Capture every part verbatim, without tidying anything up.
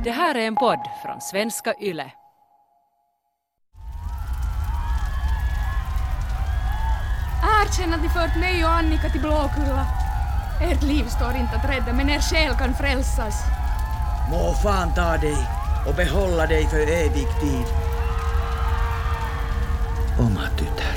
Det här är en podd från Svenska Yle. Erkänn att ni fört mig och Annika till Blåkulla. Ert liv står inte att rädda, men er själ kan frälsas. Må fan ta dig och behålla dig för evig tid. Oma tytär.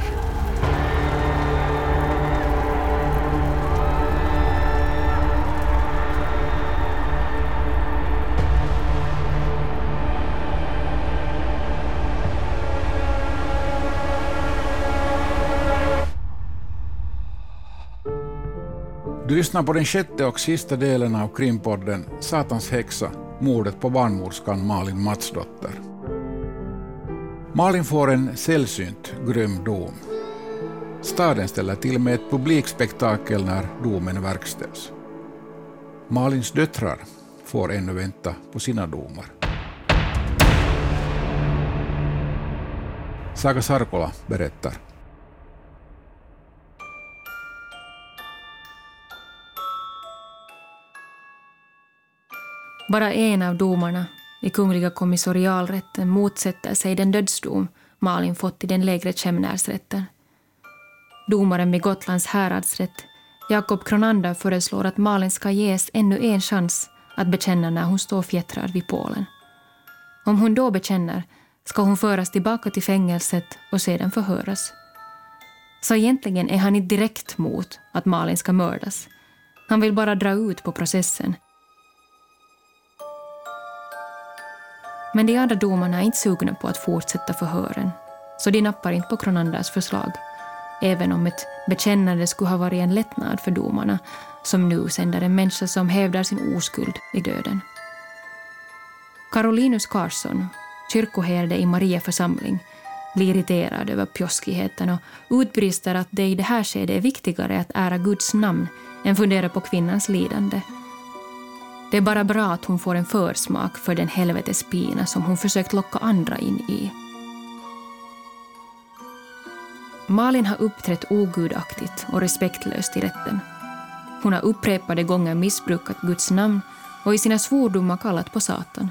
Du lyssnar på den sjätte och sista delen av krimpodden Satans häxa, mordet på barnmorskan Malin Matsdotter. Malin får en sällsynt grym dom. Staden ställer till med ett publikspektakel när domen verkställs. Malins döttrar får ännu vänta på sina domar. Saga Sarkola berättar. Bara en av domarna i Kungliga kommissorialrätten motsätter sig den dödsdom Malin fått i den lägre Kämnärsrätten. Domaren vid Gotlands häradsrätt, Jakob Kronander, föreslår att Malin ska ges ännu en chans att bekänna när hon står fjättrad vid Polen. Om hon då bekänner ska hon föras tillbaka till fängelset och sedan förhöras. Så egentligen är han inte direkt mot att Malin ska mördas. Han vill bara dra ut på processen. Men de andra domarna är inte sugna på att fortsätta förhören, så de nappar inte på Kronanders förslag, även om ett bekännande skulle ha varit en lättnad för domarna, som nu sänder en människa som hävdar sin oskuld i döden. Carolinus Carson, kyrkoherde i Maria församling, blir irriterad över pjoskigheten och utbrister att det i det här skedet är viktigare att ära Guds namn än fundera på kvinnans lidande. Det är bara bra att hon får en försmak för den helvetespina som hon försökt locka andra in i. Malin har uppträtt ogudaktigt och respektlöst i rätten. Hon har upprepade gånger missbrukat Guds namn och i sina svordomar kallat på Satan.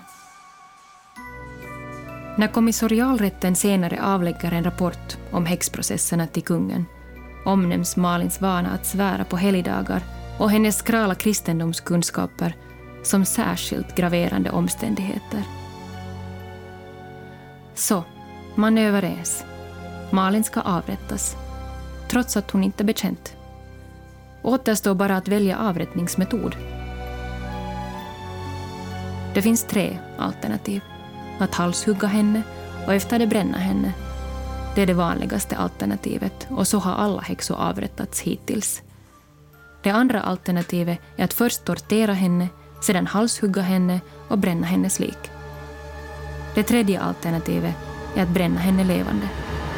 När kommissorialrätten senare avlägger en rapport om häxprocesserna till kungen omnämns Malins vana att svära på helgdagar och hennes skrala kristendomskunskaper som särskilt graverande omständigheter. Så, man är överens. Malin ska avrättas, trots att hon inte bekänt. Återstår bara att välja avrättningsmetod. Det finns tre alternativ. Att halshugga henne och efter det bränna henne. Det är det vanligaste alternativet och så har alla häxor avrättats hittills. Det andra alternativet är att först tortera henne, sedan halshugga henne och bränna hennes lik. Det tredje alternativet är att bränna henne levande.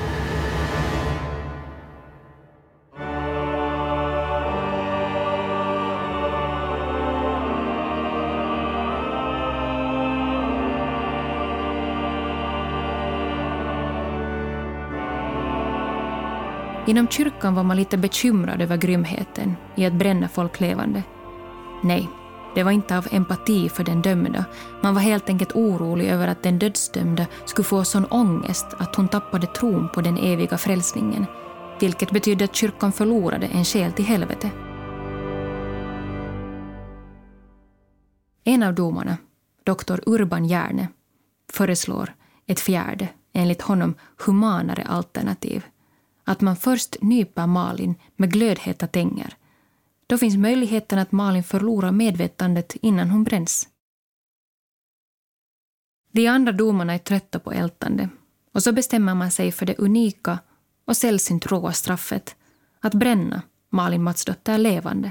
Inom kyrkan var man lite bekymrad över grymheten i att bränna folk levande. Nej, det var inte av empati för den dömda. Man var helt enkelt orolig över att den dödsdömda skulle få sån ångest att hon tappade tron på den eviga frälsningen, vilket betydde att kyrkan förlorade en själ till helvete. En av domarna, doktor Urban Järne, föreslår ett fjärde, enligt honom humanare alternativ. Att man först nyper Malin med glödheta tänger. Då finns möjligheten att Malin förlorar medvetandet innan hon bränns. De andra domarna är trötta på ältande och så bestämmer man sig för det unika och sällsynt råa straffet att bränna Malin Matsdotter levande.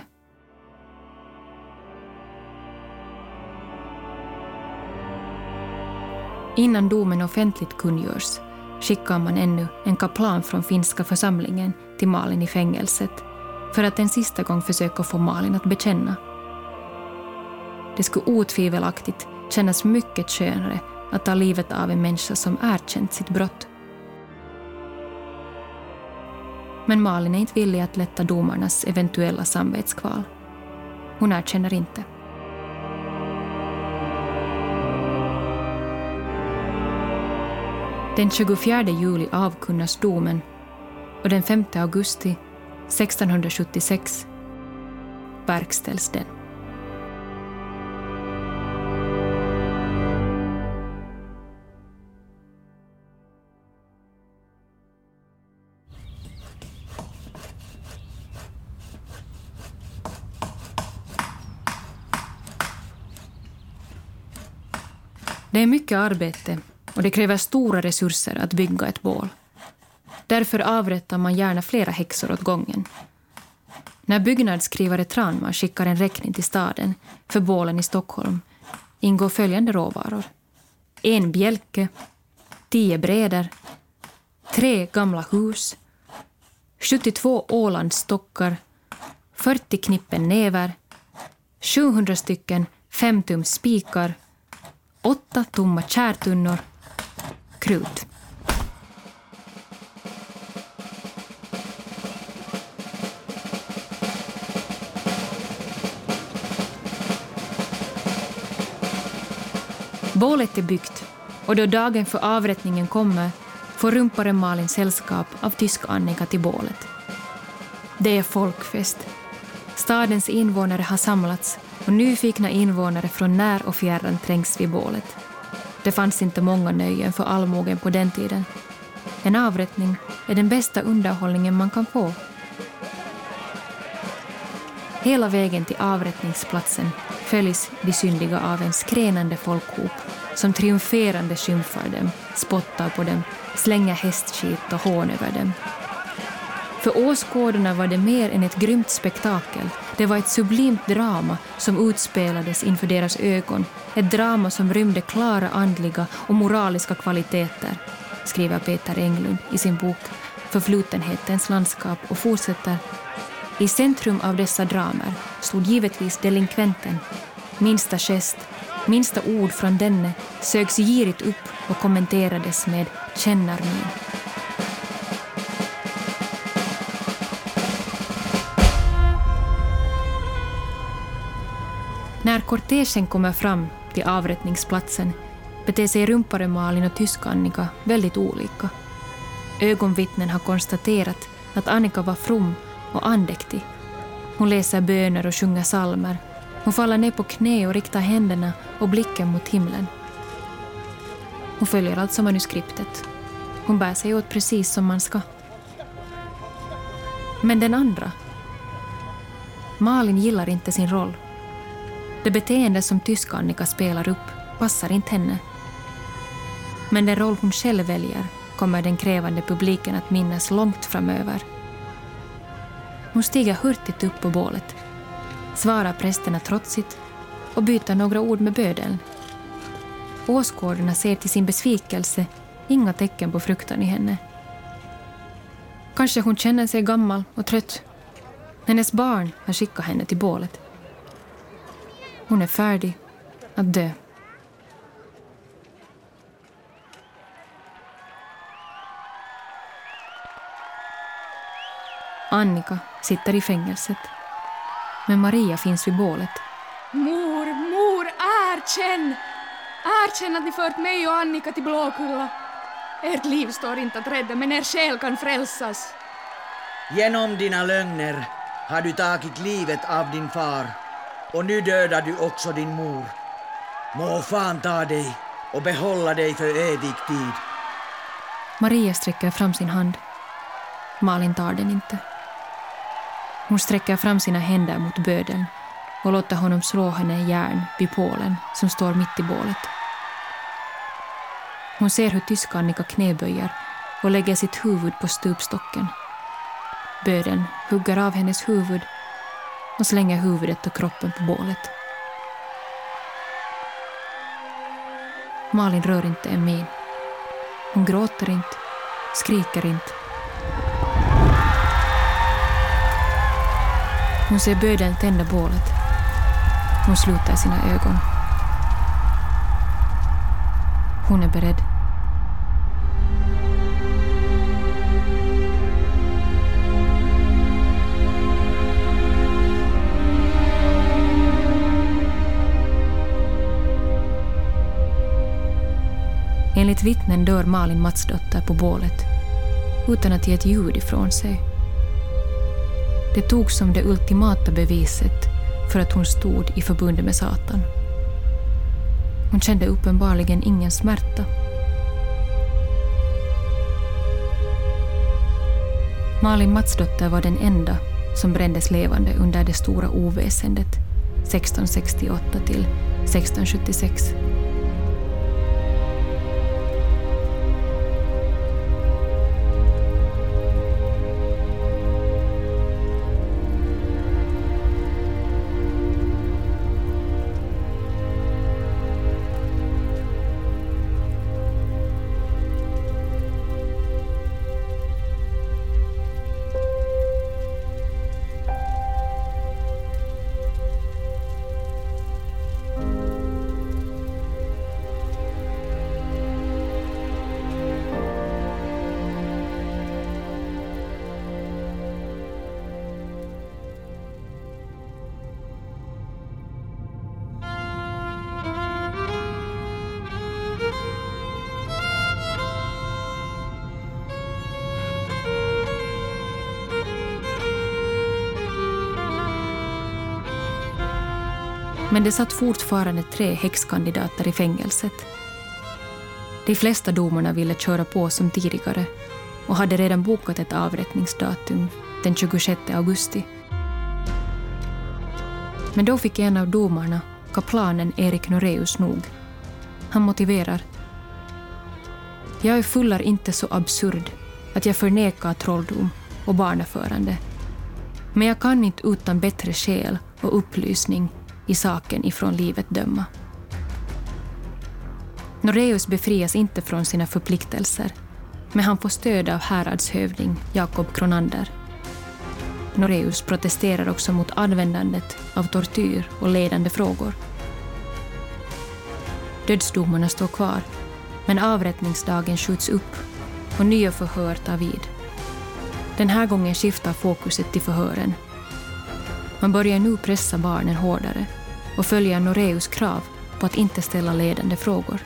Innan domen offentligt kungörs skickar man ännu en kaplan från finska församlingen till Malin i fängelset för att en sista gång försöka få Malin att bekänna. Det skulle otvivelaktigt kännas mycket skönare att ta livet av en människa som erkänt sitt brott. Men Malin är inte villig att lätta domarnas eventuella samvetskval. Hon erkänner inte. Den tjugofjärde juli avkunnas domen och den femte augusti sextonhundrasjuttiosex verkställs den. Det är mycket arbete och det kräver stora resurser att bygga ett bål. Därför avrättar man gärna flera häxor åt gången. När byggnadsskrivare Tranman skickar en räkning till staden för bålen i Stockholm ingår följande råvaror. En bjälke, tio bräder, tre gamla hus, sjuttiotvå Ålandsstockar, fyrtio knippen näver, sjuhundra stycken femtum spikar, åtta tomma kärtunnor, krut. Bålet är byggt och då dagen för avrättningen kommer får rumparen Malin sällskap av tysk Annika till bålet. Det är folkfest. Stadens invånare har samlats och nyfikna invånare från när och fjärran trängs vid bålet. Det fanns inte många nöjen för allmogen på den tiden. En avrättning är den bästa underhållningen man kan få. Hela vägen till avrättningsplatsen följs de syndiga av en skränande folkhop som triumferande skymfar dem, spottar på dem, slänger hästskit och hån över dem. För åskådarna var det mer än ett grymt spektakel. Det var ett sublimt drama som utspelades inför deras ögon. Ett drama som rymde klara andliga och moraliska kvaliteter, skriver Peter Englund i sin bok Förflutenhetens landskap och fortsätter. I centrum av dessa dramer stod givetvis delinkventen. Minsta gest, minsta ord från denne sögs girigt upp och kommenterades med kännarmin. När kortegen kommer fram till avrättningsplatsen beter sig rumpare Malin och tysk Annika väldigt olika. Ögonvittnen har konstaterat att Annika var from och andäktig. Hon läser böner och sjunger psalmer. Hon faller ner på knä och riktar händerna och blicken mot himlen. Hon följer alltså manuskriptet. Hon bär sig åt precis som man ska. Men den andra, Malin gillar inte sin roll. Det beteende som tysk Annika spelar upp passar inte henne. Men den roll hon själv väljer kommer den krävande publiken att minnas långt framöver. Hon stiger hurtigt upp på bålet, svarar prästerna trotsigt och byter några ord med bödeln. Åskådarna ser till sin besvikelse inga tecken på fruktan i henne. Kanske hon känner sig gammal och trött. Hennes barn har skickat henne till bålet. Hon är färdig att dö. Annika sitter i fängelset. Men Maria finns vid bålet. Mor, mor, erkänn! Erkänn att ni fört mig och Annika till Blåkulla. Ert liv står inte att rädda, men er själ kan frälsas. Genom dina lögner har du tagit livet av din far och nu dödar du också din mor. Må fan ta dig och behålla dig för evig tid. Maria sträcker fram sin hand. Malin tar den inte. Hon sträcker fram sina händer mot bödeln och låter honom slå henne i järn vid pålen som står mitt i bålet. Hon ser hur tysk Annika knäböjer och lägger sitt huvud på stupstocken. Bödeln hugger av hennes huvud och slänger huvudet och kroppen på bålet. Malin rör inte en min. Hon gråter inte, skriker inte. Hon ser bödeln tända bålet. Hon sluter sina ögon. Hon är beredd. Enligt vittnen dör Malin Matsdotter på bålet utan att ge ett ljud ifrån sig. Det togs som det ultimata beviset för att hon stod i förbund med Satan. Hon kände uppenbarligen ingen smärta. Malin Matsdotter var den enda som brändes levande under det stora oväsendet sexton sextioåtta till sexton sjuttiosex. Men det satt fortfarande tre häxkandidater i fängelset. De flesta domarna ville köra på som tidigare och hade redan bokat ett avrättningsdatum den tjugosjätte augusti. Men då fick en av domarna, kaplanen Erik Noreus, nog. Han motiverar: Jag är fullar inte så absurd att jag förnekar trolldom och barnaförande. Men jag kan inte utan bättre skäl och upplysning i saken ifrån livet döma. Noreus befrias inte från sina förpliktelser, men han får stöd av häradshövding Jakob Kronander. Noreus protesterar också mot användandet av tortyr och ledande frågor. Dödsdomarna står kvar, men avrättningsdagen skjuts upp och nya förhör tar vid. Den här gången skiftar fokuset till förhören. Man börjar nu pressa barnen hårdare och följa Noreus krav på att inte ställa ledande frågor.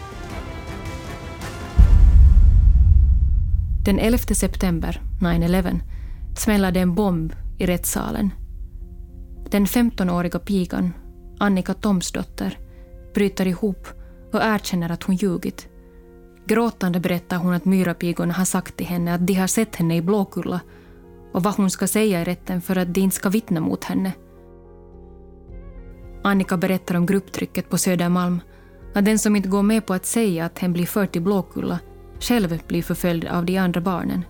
Den elfte september nio elva smällde en bomb i rättssalen. Den femtonåriga pigan, Annika Tomsdotter, bryter ihop och erkänner att hon ljugit. Gråtande berättar hon att myrapigorna har sagt till henne att de har sett henne i Blåkulla och vad hon ska säga i rätten för att de inte ska vittna mot henne. Annika berättar om grupptrycket på Södermalm, att den som inte går med på att säga att hen blir förd till Blåkulla själv blir förföljd av de andra barnen.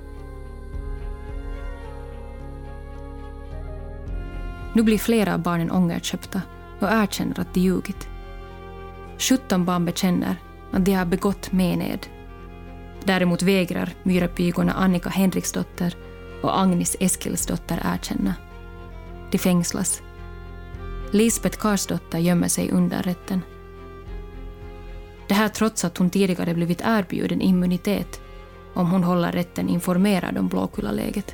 Nu blir flera av barnen ångerköpta och erkänner att de ljugit. sjutton barn bekänner att de har begått mened. Däremot vägrar myrapigorna Annika Henriksdotter och Agnes Eskilsdotter erkänna. De fängslas. Lisbeth Karsdotter gömmer sig under rätten. Det här trots att hon tidigare blivit erbjuden immunitet om hon håller rätten informerad om Blåkulla-läget.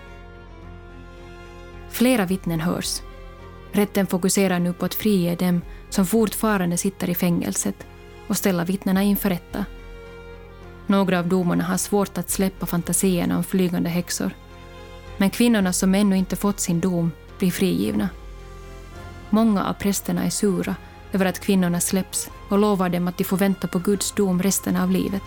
Flera vittnen hörs. Rätten fokuserar nu på att frige dem som fortfarande sitter i fängelset och ställa vittnena inför rätta. Några av domarna har svårt att släppa fantasierna om flygande häxor. Men kvinnorna som ännu inte fått sin dom blir frigivna. Många av prästerna är sura över att kvinnorna släpps och lovar dem att de får vänta på Guds dom resten av livet.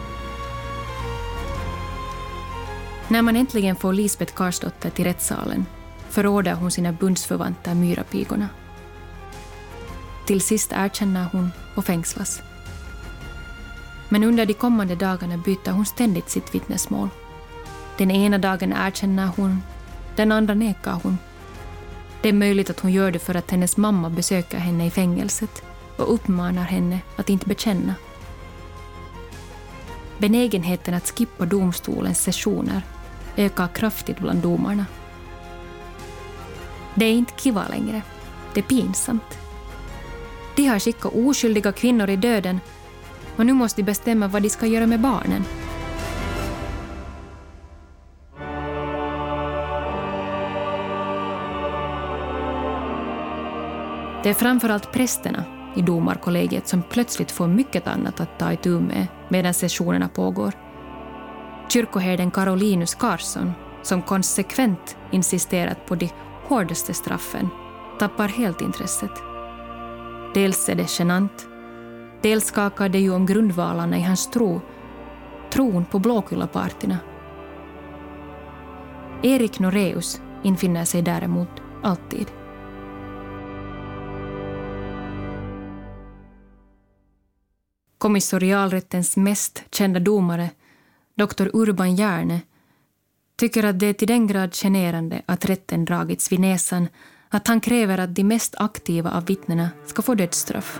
När man äntligen får Lisbeth Karsdotter till rättssalen förråder hon sina bundsförvanter myrapigorna. Till sist erkänner hon och fängslas. Men under de kommande dagarna byter hon ständigt sitt vittnesmål. Den ena dagen erkänner hon, den andra nekar hon. Det är möjligt att hon gör det för att hennes mamma besöker henne i fängelset och uppmanar henne att inte bekänna. Benägenheten att skippa domstolens sessioner ökar kraftigt bland domarna. Det är inte kiva längre, det är pinsamt. De har skickat oskyldiga kvinnor i döden och nu måste de bestämma vad de ska göra med barnen. Det är framförallt prästerna i domarkollegiet som plötsligt får mycket annat att ta itu med medan sessionerna pågår. Kyrkoherden Carolinus Carson, som konsekvent insisterat på de hårdaste straffen, tappar helt intresset. Dels är det genant, dels skakar det ju om grundvalarna i hans tro, tron på Blåkullapartierna. Erik Noreus infinner sig däremot alltid. Kommissorialrättens mest kända domare, doktor Urban Järne, tycker att det är till den grad generande att rätten dragits vid näsan att han kräver att de mest aktiva av vittnena ska få dödsstraff.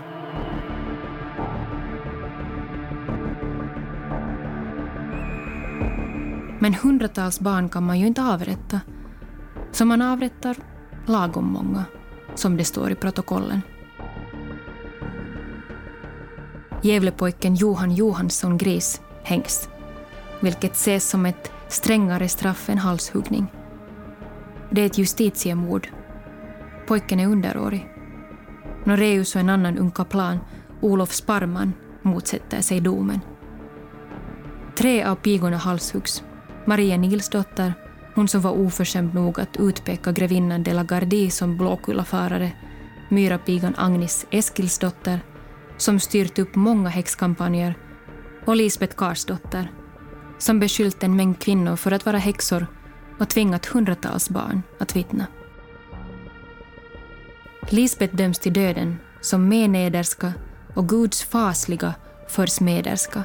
Men hundratals barn kan man ju inte avrätta, så man avrättar lagom många, som det står i protokollen. Gävlepojken Johan Johansson Gris hängs, vilket ses som ett strängare straff än halshuggning. Det är ett justitiemord. Pojken är underårig. Noreus och en annan ung kaplan, Olof Sparman, motsätter sig domen. Tre av pigorna halshuggs. Maria Nilsdotter, hon som var oförskämd nog att utpeka grevinnan de la Gardie som Blåkullafarare, myrapigan Agnes Eskilsdotter, som styrt upp många häxkampanjer, och Lisbeth Karsdotter, som beskyllt en mängd kvinnor för att vara häxor och tvingat hundratals barn att vittna. Lisbeth döms till döden som mednederska och Guds fasliga försmederska.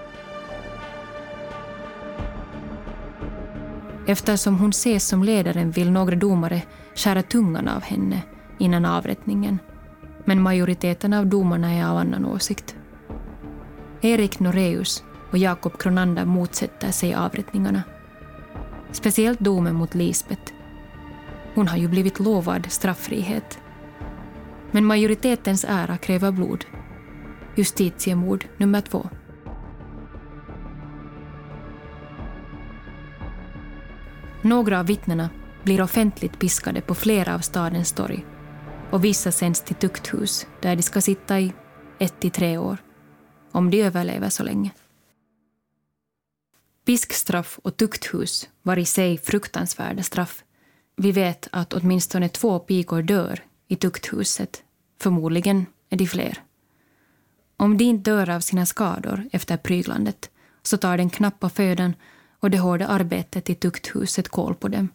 Eftersom hon ses som ledaren vill några domare skära tungan av henne innan avrättningen, men majoriteten av domarna är av annan åsikt. Erik Noreus och Jakob Kronander motsätter sig avrättningarna. Speciellt domen mot Lisbeth. Hon har ju blivit lovad straffrihet. Men majoritetens ära kräver blod. Justitiemord nummer två. Några av vittnena blir offentligt piskade på flera av stadens torg och vissa sänds till tukthus där de ska sitta i ett till tre år, om de överlever så länge. Piskstraff och tukthus var i sig fruktansvärda straff. Vi vet att åtminstone två pikor dör i tukthuset, förmodligen är de fler. Om de inte dör av sina skador efter pryglandet så tar den knappa födan och det hårda arbetet i tukthuset kål på dem.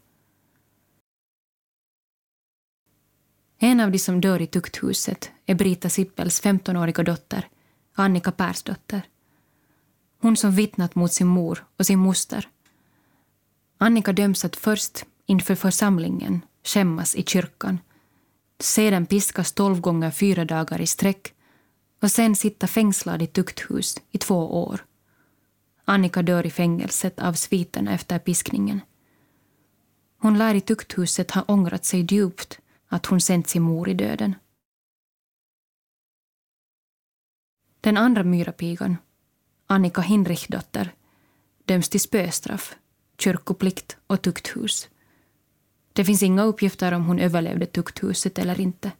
En av de som dör i tukthuset är Brita Sippels femtonåriga dotter, Annika Persdotter. Hon som vittnat mot sin mor och sin moster. Annika döms att först inför församlingen skämmas i kyrkan, sedan piskas tolv gånger fyra dagar i sträck och sen sitta fängslad i tukthus i två år. Annika dör i fängelset av sviterna efter piskningen. Hon lär i tukthuset ha ångrat sig djupt att hon sänt sin mor i döden. Den andra myrapigan, Annika Hinrichdotter, döms till spöstraff, kyrkoplikt och tukthus. Det finns inga uppgifter om hon överlevde tukthuset eller inte.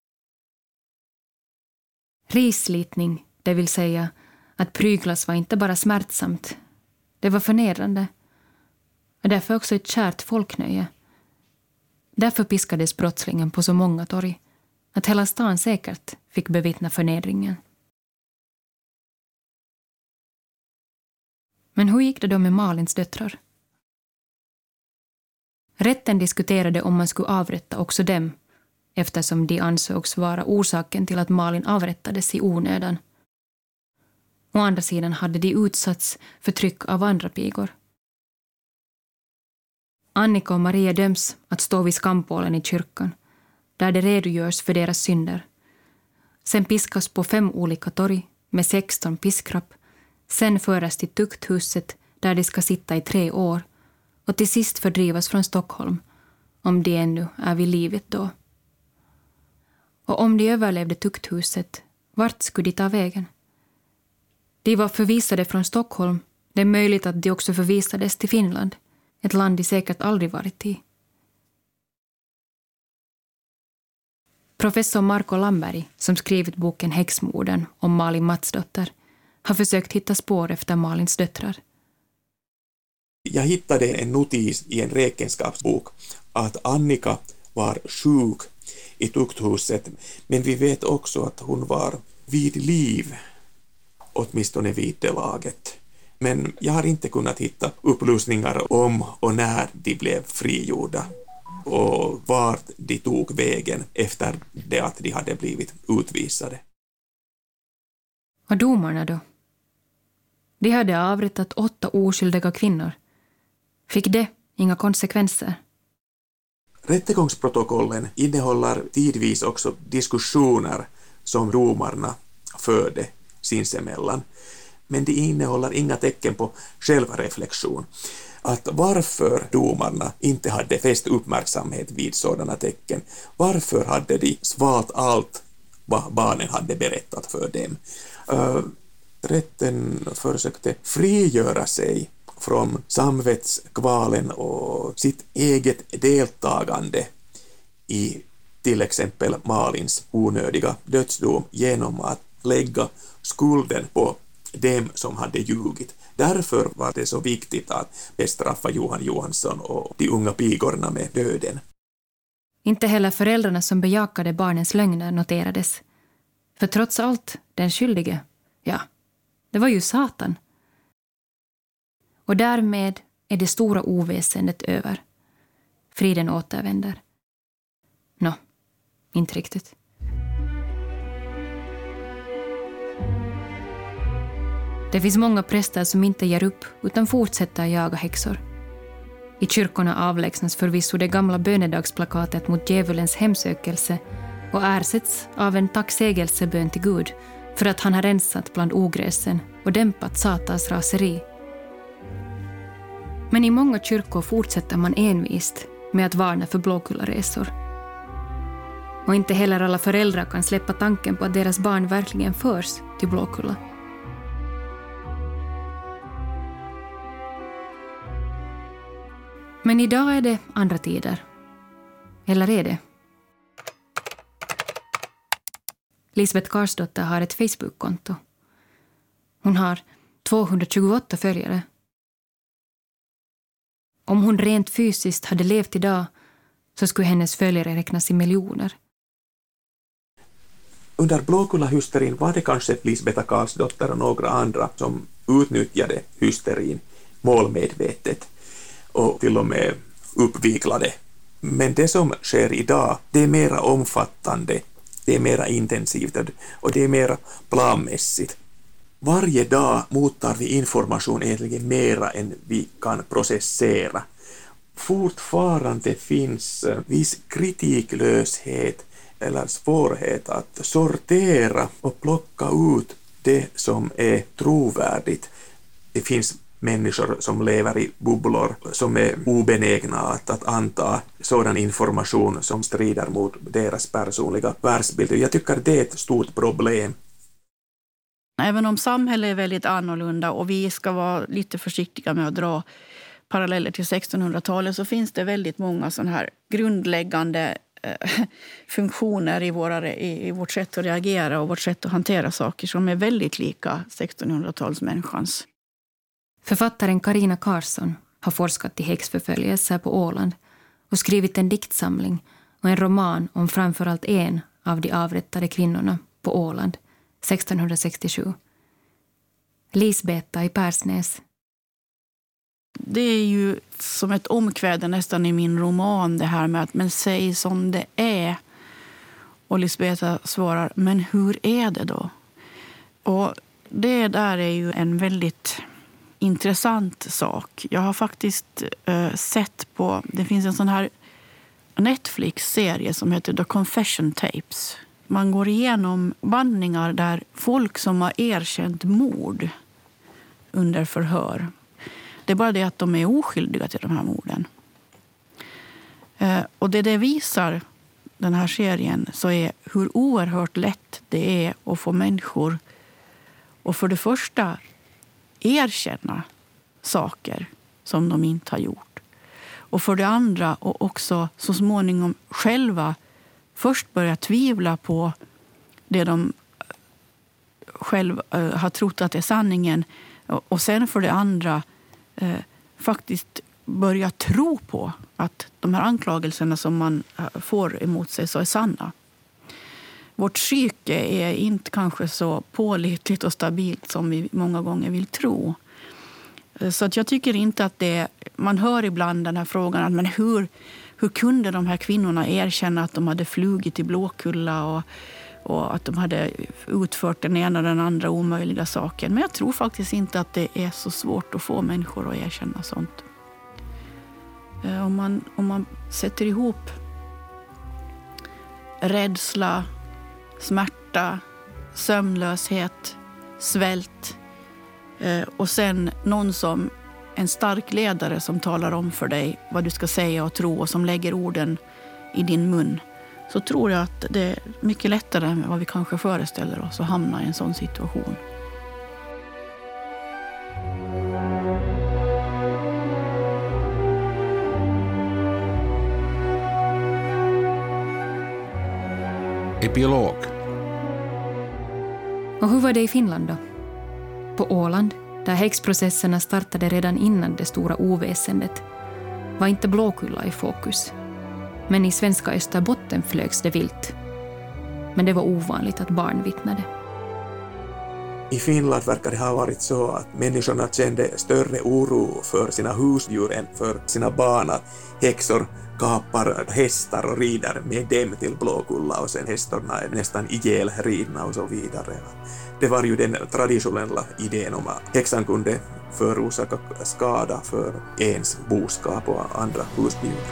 Risslitning, det vill säga att pryglas, var inte bara smärtsamt. Det var förnedrande. Och därför också ett kärt folknöje. Därför piskades brottslingen på så många torg att hela stan säkert fick bevittna förnedringen. Men hur gick det då med Malins döttrar? Rätten diskuterade om man skulle avrätta också dem, eftersom de ansågs vara orsaken till att Malin avrättades i onödan. Å andra sidan hade de utsatts för tryck av andra pigor. Annika och Maria döms att stå vid skampålen i kyrkan, där det redogörs för deras synder. Sen piskas på fem olika torg med sexton piskrapp, sen föras till tukthuset där de ska sitta i tre år och till sist fördrivas från Stockholm, om de ännu är vid livet då. Och om de överlevde tukthuset, vart skulle de ta vägen? De var förvisade från Stockholm. Det är möjligt att de också förvisades till Finland, ett land de säkert aldrig varit i. Professor Marco Lamberg, som skrivit boken Häxmorden om Malin Matsdotter, har försökt hitta spår efter Malins döttrar. Jag hittade en notis i en räkenskapsbok att Annika var sjuk i tukthuset, men vi vet också att hon var vid liv, åtminstone vid det laget. Men jag har inte kunnat hitta upplysningar om och när de blev frigjorda och vart de tog vägen efter det att de hade blivit utvisade. Och domarna då? De hade avrättat åtta oskyldiga kvinnor. Fick det inga konsekvenser? Rättegångsprotokollen innehåller tidvis också diskussioner som romarna förde sinsemellan. Men de innehåller inga tecken på självreflektion. Att varför domarna inte hade fäst uppmärksamhet vid sådana tecken, varför hade de svalt allt vad barnen hade berättat för dem. Uh, rätten försökte frigöra sig från samvetskvalen och sitt eget deltagande i till exempel Malins onödiga dödsdom genom att lägga skulden på dem som hade ljugit. Därför var det så viktigt att bestraffa Johan Johansson och de unga pigorna med döden. Inte heller föräldrarna som bejakade barnens lögner noterades. För trots allt, den skyldige, ja, det var ju Satan. Och därmed är det stora oväsendet över. Friden återvänder. Nå, inte riktigt. Det finns många präster som inte ger upp utan fortsätter jaga häxor. I kyrkorna avlägsnas förvisso det gamla bönedagsplakatet mot djävulens hemsökelse och ersätts av en tacksägelsebön till Gud för att han har rensat bland ogräsen och dämpat Satans raseri. Men i många kyrkor fortsätter man envist med att varna för Blåkullaresor. Och inte heller alla föräldrar kan släppa tanken på att deras barn verkligen förs till Blåkulla. Men idag är det andra tider. Eller är det? Lisbeth Karsdotter har ett Facebook-konto. Hon har tvåhundratjugoåtta följare. Om hon rent fysiskt hade levt idag så skulle hennes följare räknas i miljoner. Under Blåkulla-hysterin var det kanske Lisbeth Karsdotter och några andra som utnyttjade hysterin målmedvetet och till och med uppviklade. Men det som sker idag, det är mera omfattande, det är mera intensivt och det är mera planmässigt. Varje dag mottar vi information egentligen mera än vi kan processera. Fortfarande finns viss kritiklöshet eller svårighet att sortera och plocka ut det som är trovärdigt. Det finns människor som lever i bubblor som är obenägna att, att anta sådan information som strider mot deras personliga världsbild. Jag tycker det är ett stort problem. Även om samhället är väldigt annorlunda och vi ska vara lite försiktiga med att dra paralleller till sextonhundratalet så finns det väldigt många sådana här grundläggande eh, funktioner i, våra, i, i vårt sätt att reagera och vårt sätt att hantera saker som är väldigt lika sextonhundratalsmänniskans. Författaren Carina Karlsson har forskat i häxförföljelser på Åland och skrivit en diktsamling och en roman om framförallt en av de avrättade kvinnorna på Åland sextonhundrasextiosju. Lisbeta i Persnäs. Det är ju som ett omkväde nästan i min roman det här med att men säg som det är. Och Lisbeta svarar, men hur är det då? Och det där är ju en väldigt intressant sak. Jag har faktiskt uh, sett på, det finns en sån här Netflix-serie som heter The Confession Tapes. Man går igenom bandningar där folk som har erkänt mord under förhör. Det är bara det att de är oskyldiga till de här morden. Uh, och det det visar, den här serien, så är hur oerhört lätt det är att få människor och för det första erkänna saker som de inte har gjort. Och för det andra och också så småningom själva först börja tvivla på det de själv uh, har trott att är sanningen, och, och sen för det andra uh, faktiskt börja tro på att de här anklagelserna som man uh, får emot sig så är sanna. Vårt psyke är inte kanske så pålitligt och stabilt som vi många gånger vill tro. Så att jag tycker inte att det... Man hör ibland den här frågan, att men hur, hur kunde de här kvinnorna erkänna att de hade flugit i Blåkulla och, och att de hade utfört den ena och den andra omöjliga saken. Men jag tror faktiskt inte att det är så svårt att få människor att erkänna sånt. Om man, om man sätter ihop rädsla, smärta, sömnlöshet, svält och sen någon som en stark ledare som talar om för dig vad du ska säga och tro och som lägger orden i din mun, så tror jag att det är mycket lättare än vad vi kanske föreställer oss att hamna i en sån situation. Epilog. Och hur var det i Finland då? På Åland, där häxprocesserna startade redan innan det stora oväsendet, var inte Blåkulla i fokus. Men i svenska Österbotten flögs det vilt. Men det var ovanligt att barn vittnade. I Finland verkar det ha varit så att människorna kände större oro för sina husdjur än för sina barn. Att häxor kapar hästar och rider med dem till Blåkulla och sen hästarna är nästan ihjälridna och så vidare. Det var ju den traditionella idén om att häxan kunde förorsaka skada för ens boskap och andra husdjur.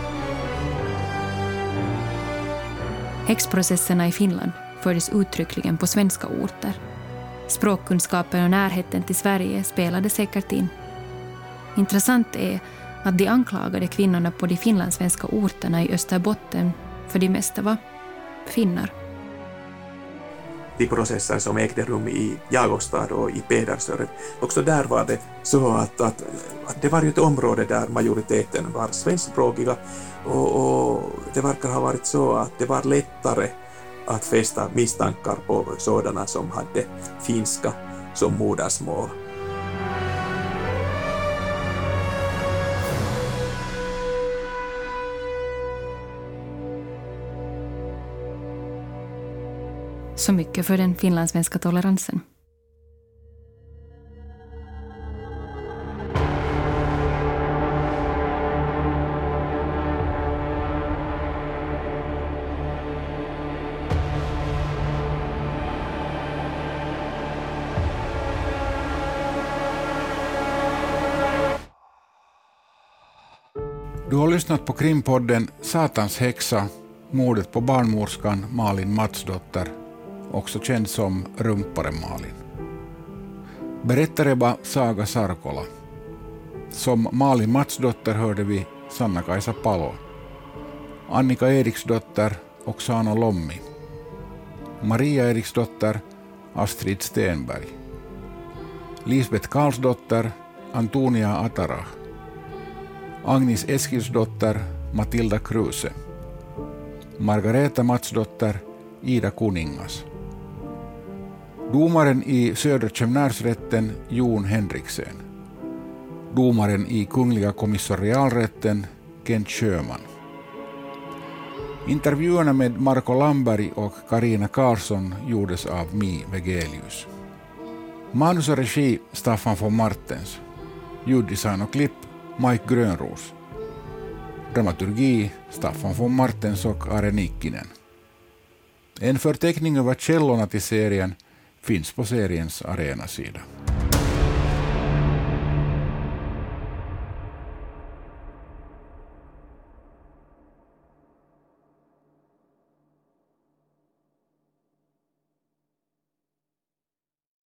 Häxprocesserna i Finland fördes uttryckligen på svenska orter. Språkkunskapen och närheten till Sverige spelade säkert in. Intressant är att de anklagade kvinnorna på de finlandssvenska orterna i Österbotten för det mesta var finnar. De processer som ägde rum i Jagostad och i Pedersöret, också där var det så att, att, att det var ju ett område där majoriteten var svenskspråkiga och, och det verkar ha varit så att det var lättare att fästa misstankar på sådana som hade finska som modersmål. Så mycket för den finlandssvenska toleransen. Du har lyssnat på krimpodden Satans häxa, mordet på barnmorskan Malin Matsdotter, också känd som Rumpare Malin. Berättare var Saga Sarkola. Som Malin Matsdotter hörde vi Sanna-Kaisa Palo, Annika Eriksdotter Oksana Lommi, Maria Eriksdotter Astrid Stenberg, Lisbeth Karlsdotter Antonia Atara, Agnes Eskilsdotter Matilda Kruse, Margareta Matsdotter Ida Kuningas. Domaren i Södra Kömnärsrätten Jon Henriksen. Domaren i Kungliga kommissarialrätten Kent Sjöman. Intervjuerna med Marco Lamberg och Karina Karlsson gjordes av Mi Vegelius. Manus och regi Staffan von Martens. Ljuddesign och klipp Mike Grönros. Dramaturgi Staffan von Martens och Are Nikkinen. En förteckning över källorna till serien finns på seriens arenasida.